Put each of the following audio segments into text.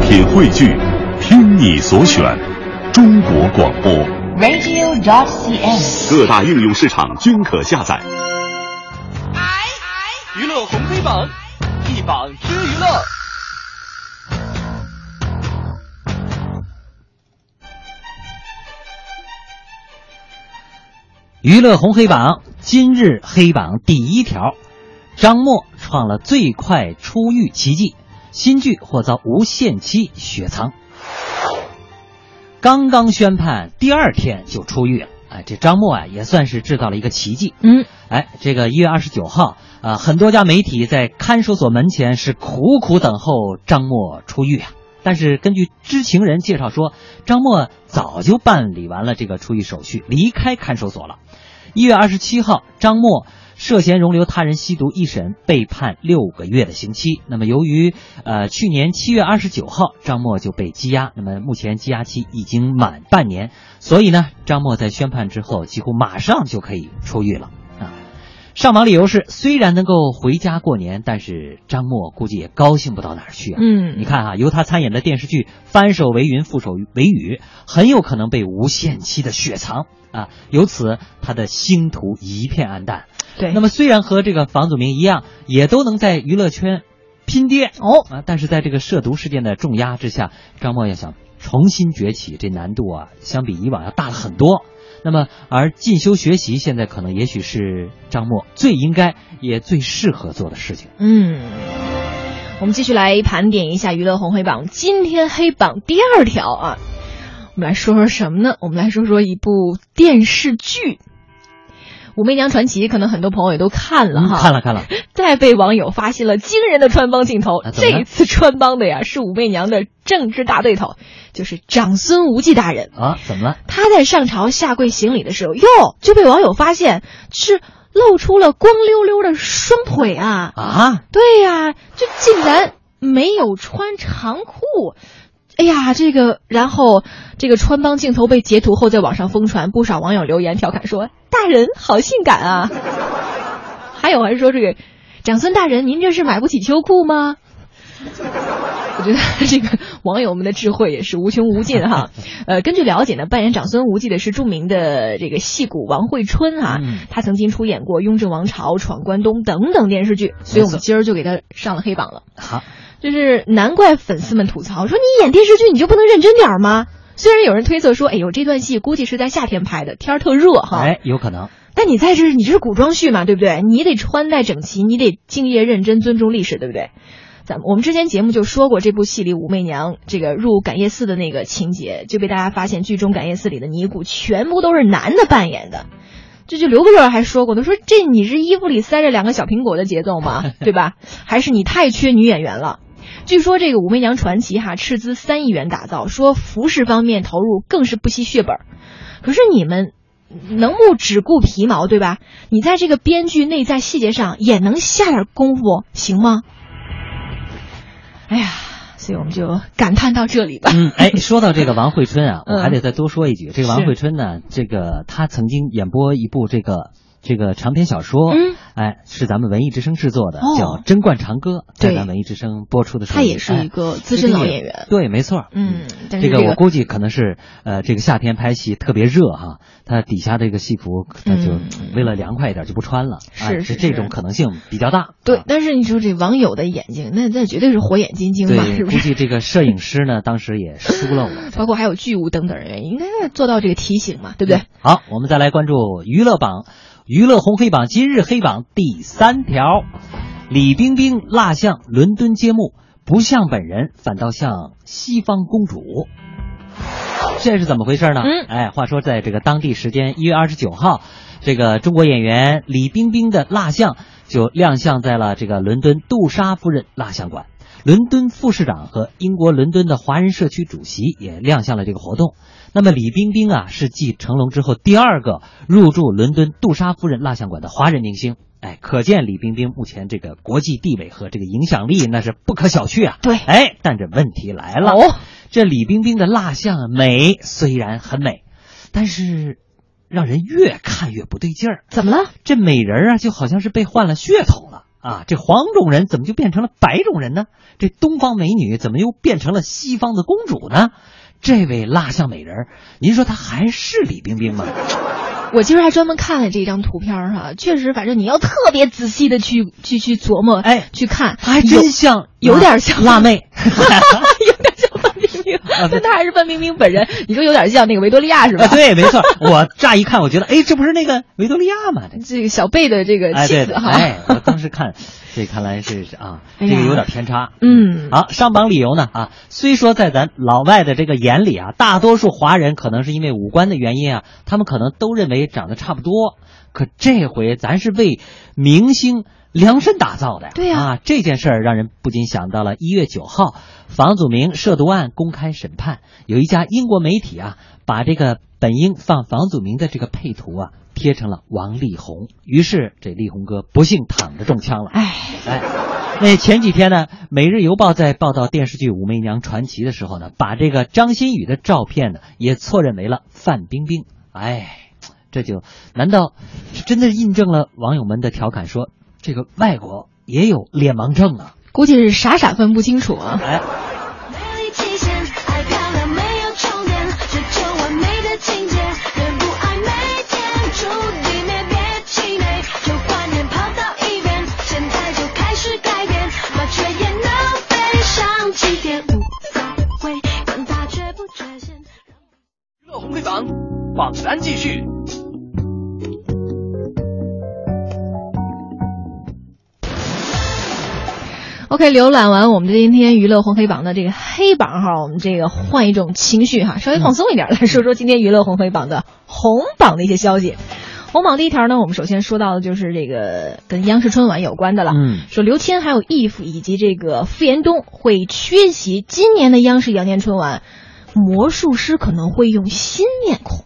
品汇聚，听你所选，中国广播 radio.cn 各大应用市场均可下载。 娱乐红黑榜，一榜之娱乐。 娱乐红黑榜今日黑榜第一条，张默创了最快出狱奇迹，新剧或遭无限期雪藏。刚刚宣判第二天就出狱了，这张默也算是制造了一个奇迹。这个1月29号很多家媒体在看守所门前是苦苦等候张默出狱啊。但是根据知情人介绍说，张默早就办理完了这个出狱手续，离开看守所了。1月27号，张默涉嫌容留他人吸毒一审被判6个月的刑期。那么由于去年7月29号张默就被羁押，那么目前羁押期已经满半年，所以呢张默在宣判之后几乎马上就可以出狱了。上访理由是，虽然能够回家过年，但是张默估计也高兴不到哪儿去啊。你看由他参演的电视剧《翻手为云覆手为雨》很有可能被无限期的雪藏啊，由此他的星途一片黯淡。 对， 那么虽然和这个房祖名一样，也都能在娱乐圈拼爹但是在这个涉毒事件的重压之下，张默要想重新崛起，这难度相比以往要大了很多。那么而进修学习现在可能也许是张默最应该也最适合做的事情。 我们继续来盘点一下娱乐红黑榜今天黑榜第二条啊，我们来说说什么呢？我们来说说一部电视剧《武媚娘传奇》，可能很多朋友也都看了哈。 看了。 再被网友发现了惊人的穿帮镜头，这一次穿帮的是武媚娘的政治大对头，就是长孙无忌大人啊。怎么了？ 他在上朝下跪行礼的时候，就被网友发现是露出了光溜溜的双腿啊！对呀，就竟然没有穿长裤。然后这个穿帮镜头被截图后在网上疯传，不少网友留言调侃说：“大人好性感啊！”还有还说这个长孙大人，您这是买不起秋裤吗？我觉得这个网友们的智慧也是无穷无尽哈。根据了解呢，扮演长孙无忌的是著名的这个戏骨王慧春他曾经出演过《雍正王朝》《闯关东》等等电视剧，所以我们今儿就给他上了黑榜了。 好， 就是难怪粉丝们吐槽说，你演电视剧你就不能认真点吗？虽然有人推测说，这段戏估计是在夏天拍的，天儿特热哈。 有可能。 但你这是古装剧嘛，对不对？你得穿戴整齐，你得敬业认真，尊重历史，对不对？我们之前节目就说过，这部戏里武媚娘这个入感业寺的那个情节，就被大家发现剧中感业寺里的尼姑全部都是男的扮演的。就刘个热还说过，他说这你是衣服里塞着2个小苹果的节奏吗？对吧？还是你太缺女演员了？据说这个武媚娘传奇斥资3亿元打造，说服饰方面投入更是不惜血本。可是你们能不只顾皮毛，对吧？你在这个编剧内在细节上也能下点功夫，行吗？所以我们就感叹到这里吧。 说到这个王慧春我还得再多说一句，这个王慧春呢，这个她曾经演播一部这个长篇小说，是咱们文艺之声制作的，叫《贞观长歌》，在咱文艺之声播出的时候， 他也是一个资深老演员。 对，没错。 但是这个我估计可能是这个夏天拍戏特别热他底下这个戏服他就为了凉快一点就不穿了，是这种可能性比较大。 对，但是你说这网友的眼睛，那绝对是火眼金睛嘛，是不是？ 估计这个摄影师呢，当时也疏漏了， 包括还有剧务等等人员，应该做到这个提醒嘛，对不对？ 好，我们再来关注娱乐红黑榜今日黑榜第3条，李冰冰蜡像伦敦揭幕，不像本人，反倒像西方公主。这是怎么回事呢？话说在这个当地时间1月29号，这个中国演员李冰冰的蜡像就亮相在了这个伦敦杜莎夫人蜡像馆。伦敦副市长和英国伦敦的华人社区主席也亮相了这个活动。那么李冰冰是继成龙之后第2个入驻伦敦杜莎夫人蜡像馆的华人明星。可见李冰冰目前这个国际地位和这个影响力那是不可小觑啊。 对， 但这问题来了，这李冰冰的蜡像美虽然很美，但是让人越看越不对劲儿。 怎么了？ 这美人就好像是被换了血统了。 啊，这黄种人怎么就变成了白种人呢？这东方美女怎么又变成了西方的公主呢？这位蜡像美人，您说她还是李冰冰吗？ 我其实还专门看了这张图片哈，确实，反正你要特别仔细的去琢磨，去看， 她还真像， 有点像辣妹， 有点像范冰冰，但她还是范冰冰本人。你说有点像那个维多利亚是吧？ 对，没错。我乍一看，我觉得，这不是那个维多利亚吗？ 这个小贝的这个妻子哈。 我当时看，这看来是啊，这个有点偏差。好，上榜理由呢虽说在咱老外的这个眼里大多数华人可能是因为五官的原因他们可能都认为长得差不多，可这回咱是为明星量身打造的。 对呀， 这件事儿让人不禁想到了1月9号房祖名涉毒案公开审判，有一家英国媒体把这个本应放房祖名的这个配图贴成了王力宏，于是这力宏哥不幸躺着中枪了。那前几天呢，《每日邮报》在报道电视剧《武媚娘传奇》的时候呢，把这个张馨予的照片呢也错认为了范冰冰。这就难道是真的印证了网友们的调侃说这个外国也有脸盲症啊？ 估计是傻分不清楚啊。 娱乐红黑榜榜单继续。 OK， 浏览完我们今天娱乐红黑榜的这个黑榜我们这个换一种情绪稍微放松一点，来说说今天娱乐红黑榜的红榜的一些消息。红榜第一条呢，我们首先说到的就是这个跟央视春晚有关的了。说刘谦还有义父以及这个傅延东会缺席今年的央视羊年春晚，魔术师可能会用新面孔。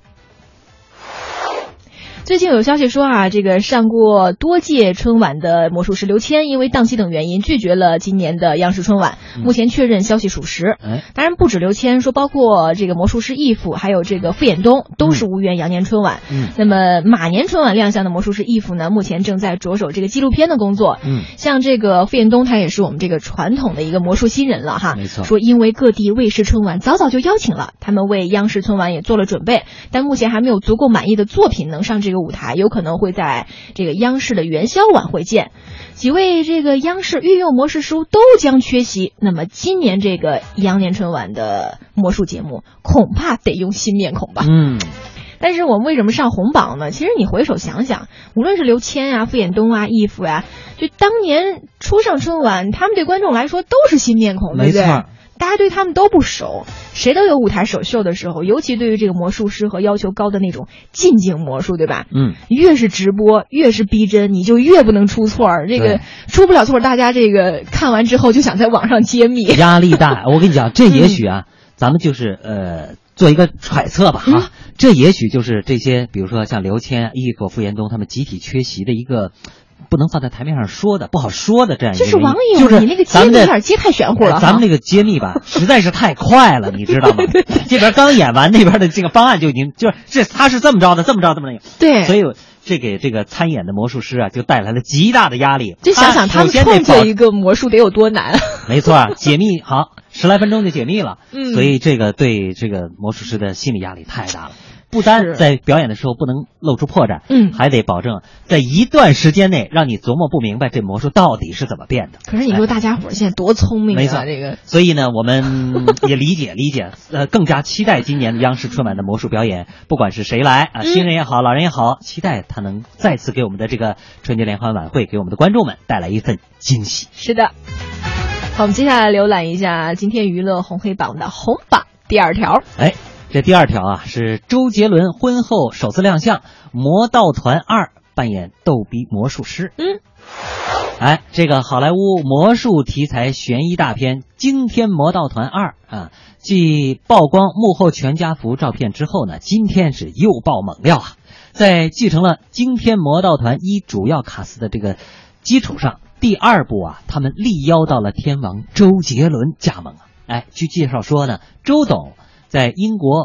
最近有消息说这个上过多届春晚的魔术师刘谦因为档期等原因拒绝了今年的央视春晚，目前确认消息属实。当然不止刘谦，说包括这个魔术师义父还有这个傅延东都是无缘羊年春晚。那么马年春晚亮相的魔术师义父呢，目前正在着手这个纪录片的工作。像这个傅延东他也是我们这个传统的一个魔术新人了没错。 说因为各地卫视春晚早就邀请了，他们为央视春晚也做了准备，但目前还没有足够满意的作品能上这个舞台，有可能会在这个央视的元宵晚会见。几位这个央视御用魔术师都将缺席，那么今年这个羊年春晚的魔术节目恐怕得用新面孔吧。但是我们为什么上红榜呢？其实你回首想想，无论是刘谦傅延东义父就当年初上春晚，他们对观众来说都是新面孔，对不对？大家对他们都不熟，谁都有舞台首秀的时候，尤其对于这个魔术师和要求高的那种近景魔术，对吧？越是直播越是逼真，你就越不能出错，这个出不了错，大家这个看完之后就想在网上揭秘， 压力大。我跟你讲，这也许咱们就是做一个揣测吧这也许就是这些比如说像刘谦、义父、傅延东他们集体缺席的一个不能放在台面上说的不好说的这样一个原因。 这是网友，就是你那个揭秘有点揭太玄乎了。 咱们那个揭秘吧实在是太快了，你知道吗？这边刚演完，那边的这个方案就已经他是这么着的，这么着。 对， 所以这给这个参演的魔术师就带来了极大的压力。 就想想他们创作一个魔术得有多难。 没错，解密好10来分钟就解密了。所以这个对这个魔术师的心理压力太大了。不单在表演的时候不能露出破绽，还得保证在一段时间内让你琢磨不明白这魔术到底是怎么变的。 可是你说大家伙现在多聪明没错， 这个。 所以呢，我们也理解，更加期待今年的央视春晚的魔术表演，不管是谁来新人也好，老人也好，期待他能再次给我们的这个春节联欢晚会，给我们的观众们带来一份惊喜。 是的。好，我们接下来浏览一下今天娱乐红黑榜的红榜第二条。 这第二条是周杰伦婚后首次亮相，魔盗团2扮演逗逼魔术师。这个好莱坞魔术题材悬疑大片《惊天魔盗团2》继曝光幕后全家福照片之后呢，今天是又爆猛料在继承了《惊天魔盗团1》主要卡司的这个基础上，第2部他们力邀到了天王周杰伦加盟据介绍说呢，周董在英国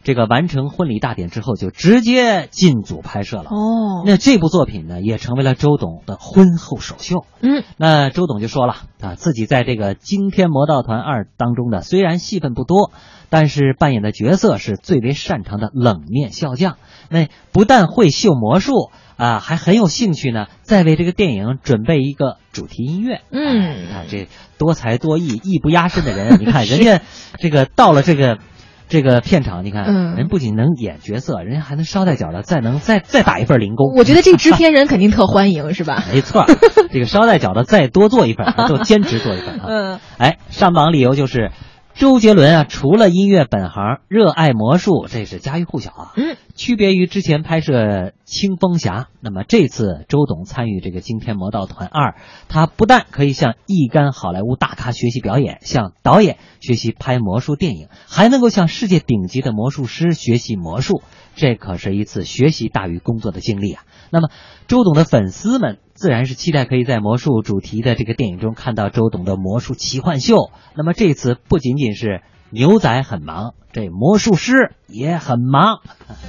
这个完成婚礼大典之后就直接进组拍摄了。 哦， 那这部作品呢也成为了周董的婚后首秀。那周董就说了啊，自己在这个《惊天魔盗团2》当中呢，虽然戏份不多，但是扮演的角色是最为擅长的冷面笑匠。那不但会秀魔术啊，还很有兴趣呢，在为这个电影准备一个主题音乐。你看这多才多艺、艺不压身的人，你看人家这个到了这个片场，你看，人不仅能演角色，人家还能捎带脚的再打一份零工。 我觉得这个制片人肯定特欢迎，是吧？ 没错，这个捎带脚的再多做一份，都兼职做一份啊。上榜理由就是周杰伦啊，除了音乐本行，热爱魔术，这是家喻户晓啊。区别于之前拍摄《青蜂侠》，那么这次周董参与这个《惊天魔盗团2》，他不但可以向一干好莱坞大咖学习表演，向导演学习拍魔术电影，还能够向世界顶级的魔术师学习魔术，这可是一次学习大于工作的经历啊。那么周董的粉丝们自然是期待可以在魔术主题的这个电影中看到周董的魔术奇幻秀。那么这次不仅仅是牛仔很忙，这魔术师也很忙。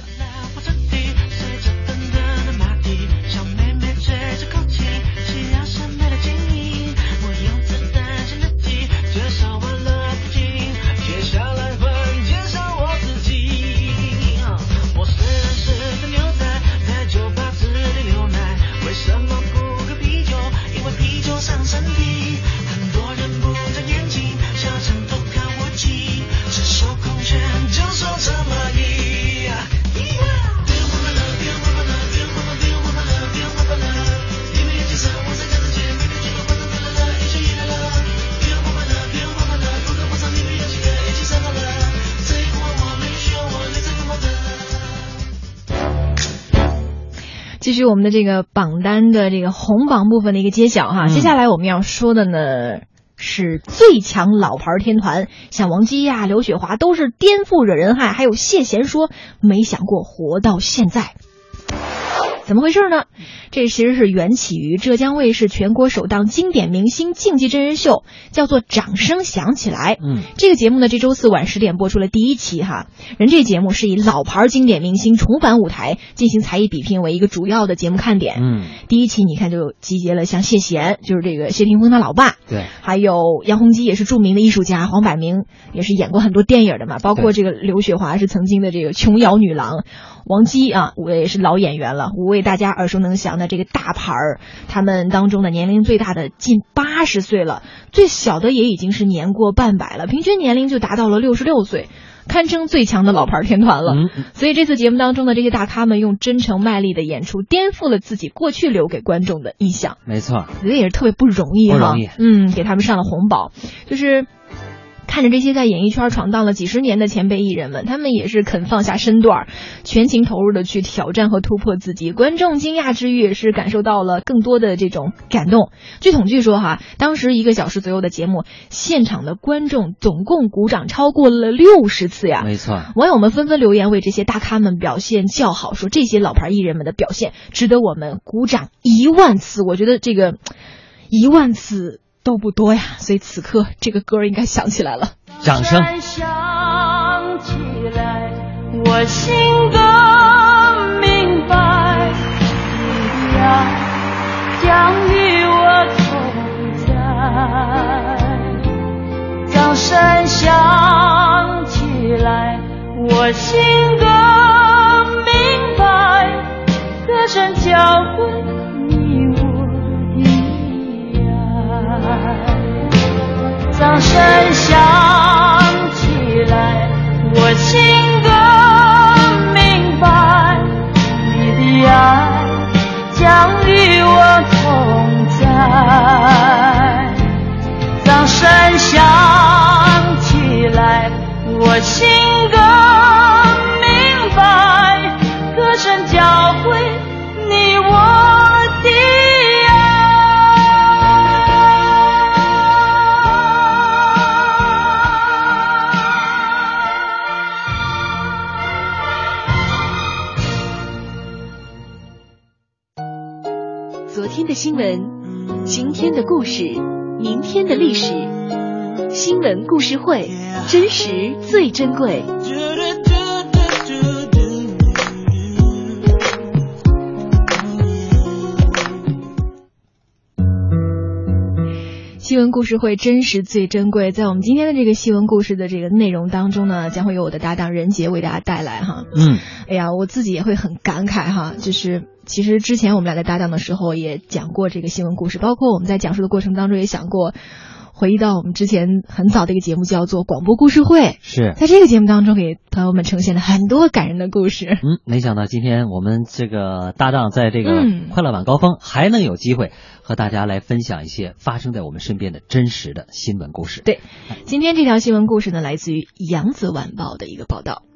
继续我们的这个榜单的这个红榜部分的一个揭晓哈。接下来我们要说的呢是最强老牌天团，像王姬呀、刘雪华都是颠覆惹人害，还有谢贤说没想过活到现在。怎么回事呢？这其实是缘起于浙江卫视全国首档经典明星竞技真人秀，叫做《掌声响起来》。这个节目呢，这周四晚10点播出了第1期哈。人这节目是以老牌经典明星重返舞台，进行才艺比拼为一个主要的节目看点。第1期你看就集结了像谢贤，就是这个谢霆锋他老爸， 对， 还有杨洪基也是著名的艺术家，黄百鸣也是演过很多电影的嘛，包括这个刘雪华是曾经的这个琼瑶女郎。王姬啊，我也是老演员了，5位大家耳熟能详的这个大牌儿，他们当中的年龄最大的近80岁了，最小的也已经是年过半百了，平均年龄就达到了66岁，堪称最强的老牌天团了。所以这次节目当中的这些大咖们用真诚卖力的演出，颠覆了自己过去留给观众的印象。 没错， 我觉得也是特别不容易哈， 不容易。 给他们上了红宝，就是看着这些在演艺圈闯荡了几十年的前辈艺人们，他们也是肯放下身段，全情投入的去挑战和突破自己。观众惊讶之余也是感受到了更多的这种感动。据统计说哈，当时1个小时左右的节目，现场的观众总共鼓掌超过了60次呀。 没错， 网友们纷纷留言为这些大咖们表现叫好，说这些老牌艺人们的表现值得我们鼓掌1万次。我觉得这个1万次都不多呀，所以此刻这个歌应该响起来了。 掌声响起来，我心更明白，你的爱将与我同在。掌声响起来，我心更明白，歌声教会你我的爱。掌声响起来，我心更明白，你的爱将与我同在。掌声响起来，我心更明白，歌声教会你我的昨天的新闻，今天的故事，明天的历史，新闻故事会，真实最珍贵。 新闻故事会真实最珍贵，在我们今天的这个新闻故事的这个内容当中呢，将会由我的搭档任杰为大家带来哈。哎呀，我自己也会很感慨哈，就是其实之前我们俩在搭档的时候也讲过这个新闻故事，包括我们在讲述的过程当中也想过。回忆到我们之前很早的一个节目叫做广播故事会， 是在这个节目当中给朋友们呈现了很多感人的故事。 没想到今天我们这个搭档在这个快乐晚高峰还能有机会和大家来分享一些发生在我们身边的真实的新闻故事。 对，今天这条新闻故事呢，来自于扬子晚报的一个报道。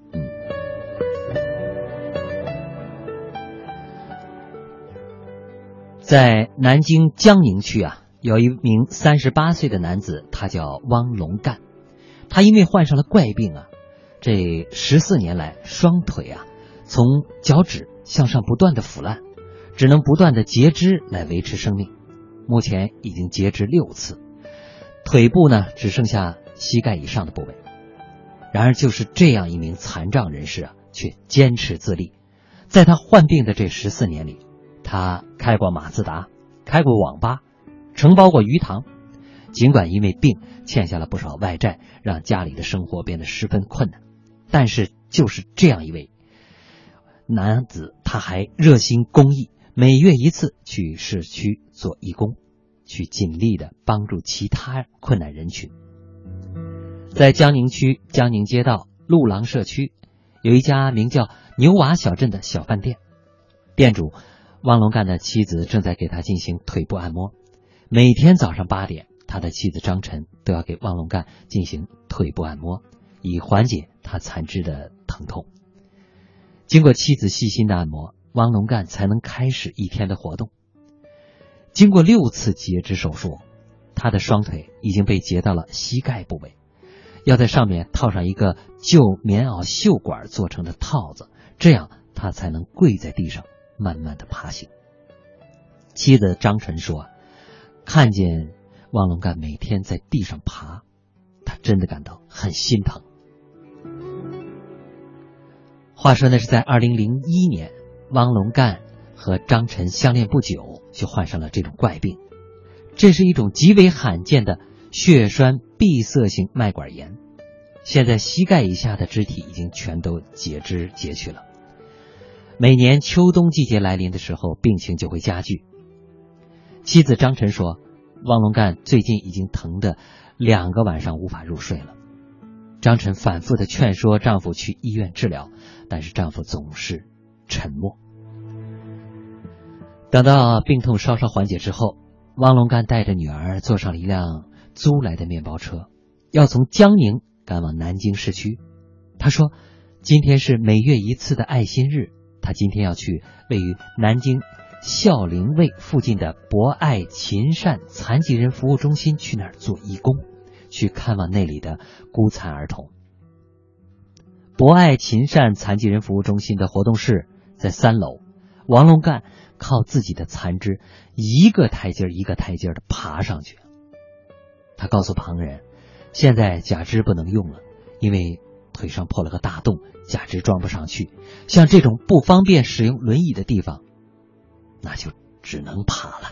在南京江宁区啊，有一名38岁的男子，他叫汪龙干。他因为患上了怪病啊，这14年来双腿啊从脚趾向上不断的腐烂，只能不断的截肢来维持生命。目前已经截肢6次，腿部呢只剩下膝盖以上的部位。然而就是这样一名残障人士啊，却坚持自立。在他患病的这14年里，他开过马自达，开过网吧，承包过鱼塘。尽管因为病欠下了不少外债，让家里的生活变得十分困难，但是就是这样一位男子，他还热心公益，每月1次去市区做义工，去尽力的帮助其他困难人群。在江宁区江宁街道路廊社区，有一家名叫牛娃小镇的小饭店，店主汪龙干的妻子正在给他进行腿部按摩。每天早上8点，他的妻子张晨都要给汪龙干进行腿部按摩，以缓解他残肢的疼痛。经过妻子细心的按摩，汪龙干才能开始一天的活动。经过6次截肢手术，他的双腿已经被截到了膝盖部位，要在上面套上一个旧棉袄袖管做成的套子，这样他才能跪在地上慢慢的爬行。妻子张晨说，看见汪龙干每天在地上爬，他真的感到很心疼。话说那是在2001年，汪龙干和张晨相恋不久就患上了这种怪病，这是一种极为罕见的血栓闭塞性脉管炎，现在膝盖以下的肢体已经全都截肢截去了。每年秋冬季节来临的时候，病情就会加剧。妻子张晨说，汪龙干最近已经疼得2个晚上无法入睡了。张晨反复的劝说丈夫去医院治疗，但是丈夫总是沉默。等到病痛稍稍缓解之后，汪龙干带着女儿坐上了一辆租来的面包车，要从江宁赶往南京市区。他说，今天是每月1次的爱心日，他今天要去位于南京孝陵卫附近的博爱勤善残疾人服务中心去那儿做义工，去看望那里的孤残儿童。博爱勤善残疾人服务中心的活动室在3楼，汪龙干靠自己的残肢一个台阶一个台阶的爬上去。他告诉旁人，现在假肢不能用了，因为腿上破了个大洞，假肢装不上去。像这种不方便使用轮椅的地方，那就只能爬了。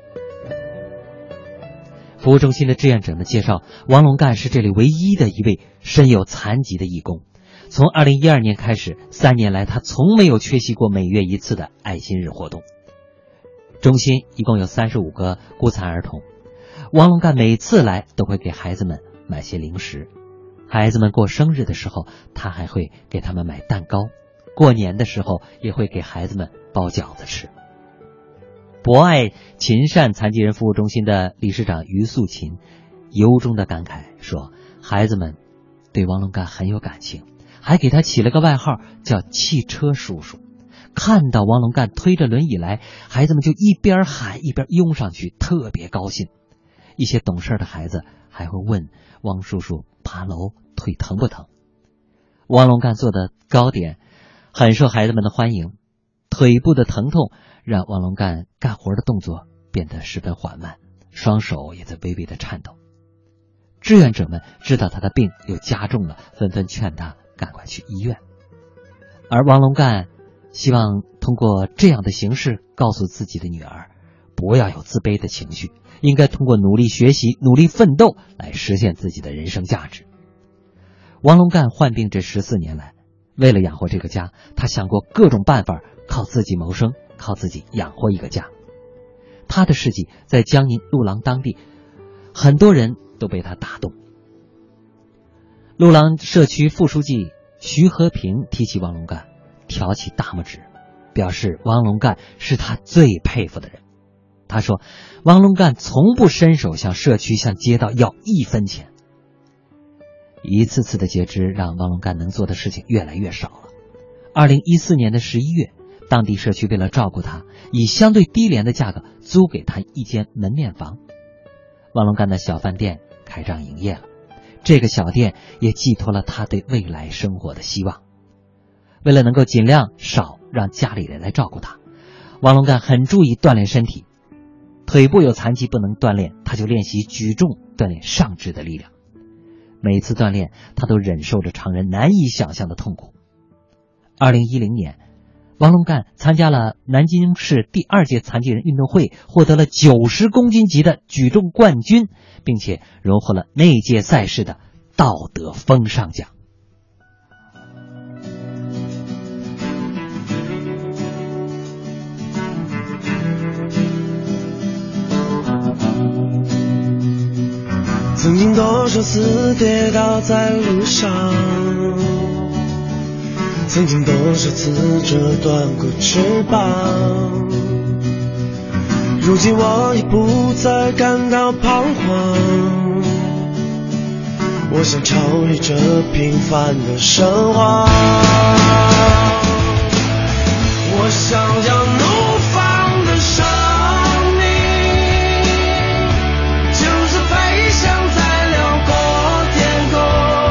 服务中心的志愿者们介绍，汪龙干是这里唯一的一位身有残疾的义工。从2012年开始，3年来他从没有缺席过每月1次的爱心日活动。中心一共有35个孤残儿童，汪龙干每次来都会给孩子们买些零食。孩子们过生日的时候，他还会给他们买蛋糕，过年的时候也会给孩子们包饺子吃。博爱勤善残疾人服务中心的理事长于素琴由衷的感慨说，孩子们对汪龙干很有感情，还给他起了个外号叫汽车叔叔。看到汪龙干推着轮椅来，孩子们就一边喊一边拥上去，特别高兴。一些懂事的孩子还会问汪叔叔爬楼腿疼不疼。汪龙干做的糕点很受孩子们的欢迎，腿部的疼痛让汪龙干干活的动作变得十分缓慢，双手也在微微的颤抖。志愿者们知道他的病又加重了，纷纷劝他赶快去医院。而汪龙干希望通过这样的形式告诉自己的女儿，不要有自卑的情绪， 应该通过努力学习、努力奋斗来实现自己的人生价值。王龙干患病这14年来，为了养活这个家，他想过各种办法，靠自己谋生，靠自己养活一个家。他的事迹在江宁陆郎当地，很多人都被他打动。陆郎社区副书记徐和平提起王龙干，挑起大拇指，表示王龙干是他最佩服的人。他说，王龙干从不伸手向社区、向街道要1分钱。一次次的截肢让王龙干能做的事情越来越少了。2014年的11月，当地社区为了照顾他，以相对低廉的价格租给他一间门面房。王龙干的小饭店开张营业了，这个小店也寄托了他对未来生活的希望。为了能够尽量少让家里人来照顾他，王龙干很注意锻炼身体。腿部有残疾不能锻炼，他就练习举重，锻炼上肢的力量。每次锻炼，他都忍受着常人难以想象的痛苦。2010年，王龙干参加了南京市第2届残疾人运动会，获得了90公斤级的举重冠军，并且荣获了那届赛事的道德风尚奖。 曾经多少次跌倒在路上，曾经多少次折断过翅膀，如今我已不再感到彷徨，我想超越这平凡的生活，我想要怒放的生命，就是飞翔在辽阔天空，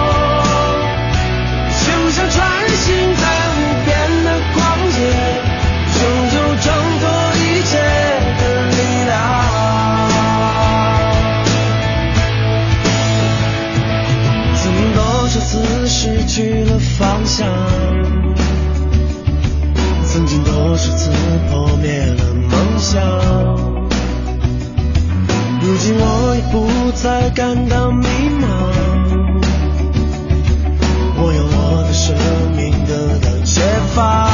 就像穿行在无边的旷野，终究挣脱一切的力量。曾经多少次失去了方向，曾经多少次破灭了梦想，如今我已不再感到迷茫，我有我的生命得到解放，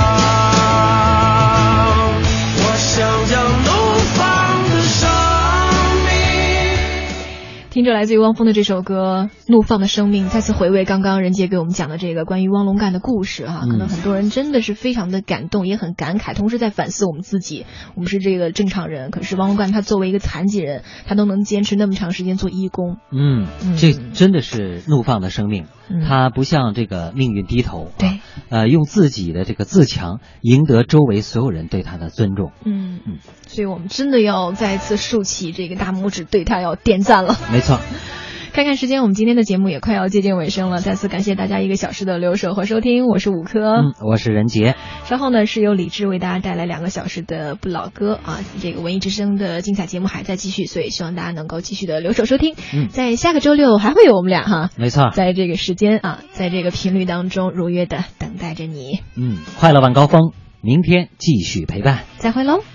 我想要怒放的生命。 听着来自于汪峰的这首歌《怒放的生命》，再次回味刚刚任杰给我们讲的这个关于汪龙干的故事哈，可能很多人真的是非常的感动，也很感慨，同时在反思我们自己。我们是这个正常人，可是汪龙干他作为一个残疾人，他都能坚持那么长时间做义工。 这真的是怒放的生命。他不向这个命运低头， 对， 用自己的这个自强赢得周围所有人对他的尊重。 所以我们真的要再次竖起这个大拇指，对他要点赞了。 没错。 看看时间，我们今天的节目也快要接近尾声了，再次感谢大家1个小时的留守和收听，我是5科， 我是任杰。 稍后呢是由李志为大家带来2个小时的不老歌啊，这个文艺之声的精彩节目还在继续，所以希望大家能够继续的留守收听。在下个周六还会有我们俩哈， 没错， 在这个时间啊，在这个频率当中如约的等待着你。 快乐晚高峰，明天继续陪伴， 再会喽。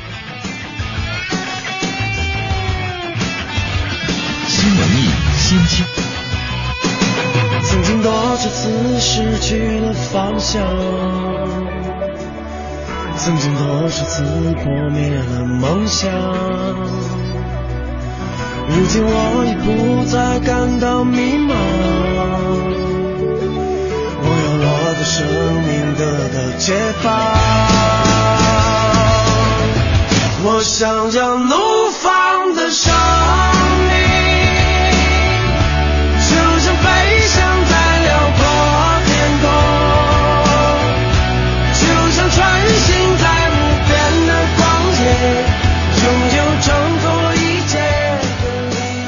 新文艺新青， 曾经多少次失去了方向，曾经多少次破灭了梦想，如今我已不再感到迷茫，我有我的生命得到解放，我想要怒放的生命，飞翔在辽阔天空，就像穿行在无边的旷野，拥有挣脱一切的力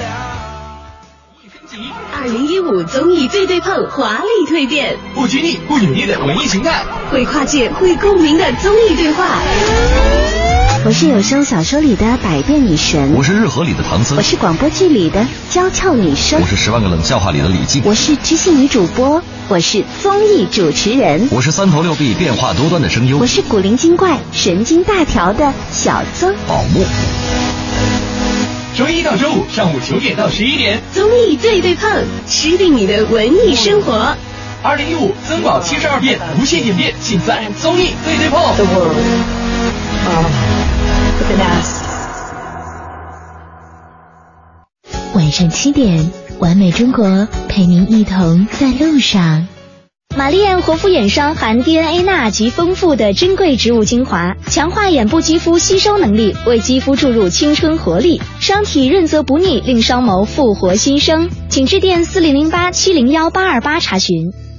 量。2015综艺最对碰华丽蜕变， 不拘泥不隐匿的文艺情感， 会跨界会共鸣的综艺对话。 我是有声小说里的百变女神， 我是日和里的唐僧， 我是广播剧里的娇俏女生， 我是10万个冷笑话里的李静， 我是知性女主播，我是综艺主持人， 我是3头6臂变化多端的声优， 我是古灵精怪神经大条的小曾宝木。 周一到周五上午9点到11点， 综艺对对碰，吃定你的文艺生活。 2015增宝72变无限演变，尽在综艺对对碰。The world of bananas。晚上7点，完美中国陪您一同在路上。 玛丽艳活肤眼霜含 DNA 钠及丰富的珍贵植物精华，强化眼部肌肤吸收能力，为肌肤注入青春活力，双体润泽不腻，令双眸复活新生。请致电4008701828查询。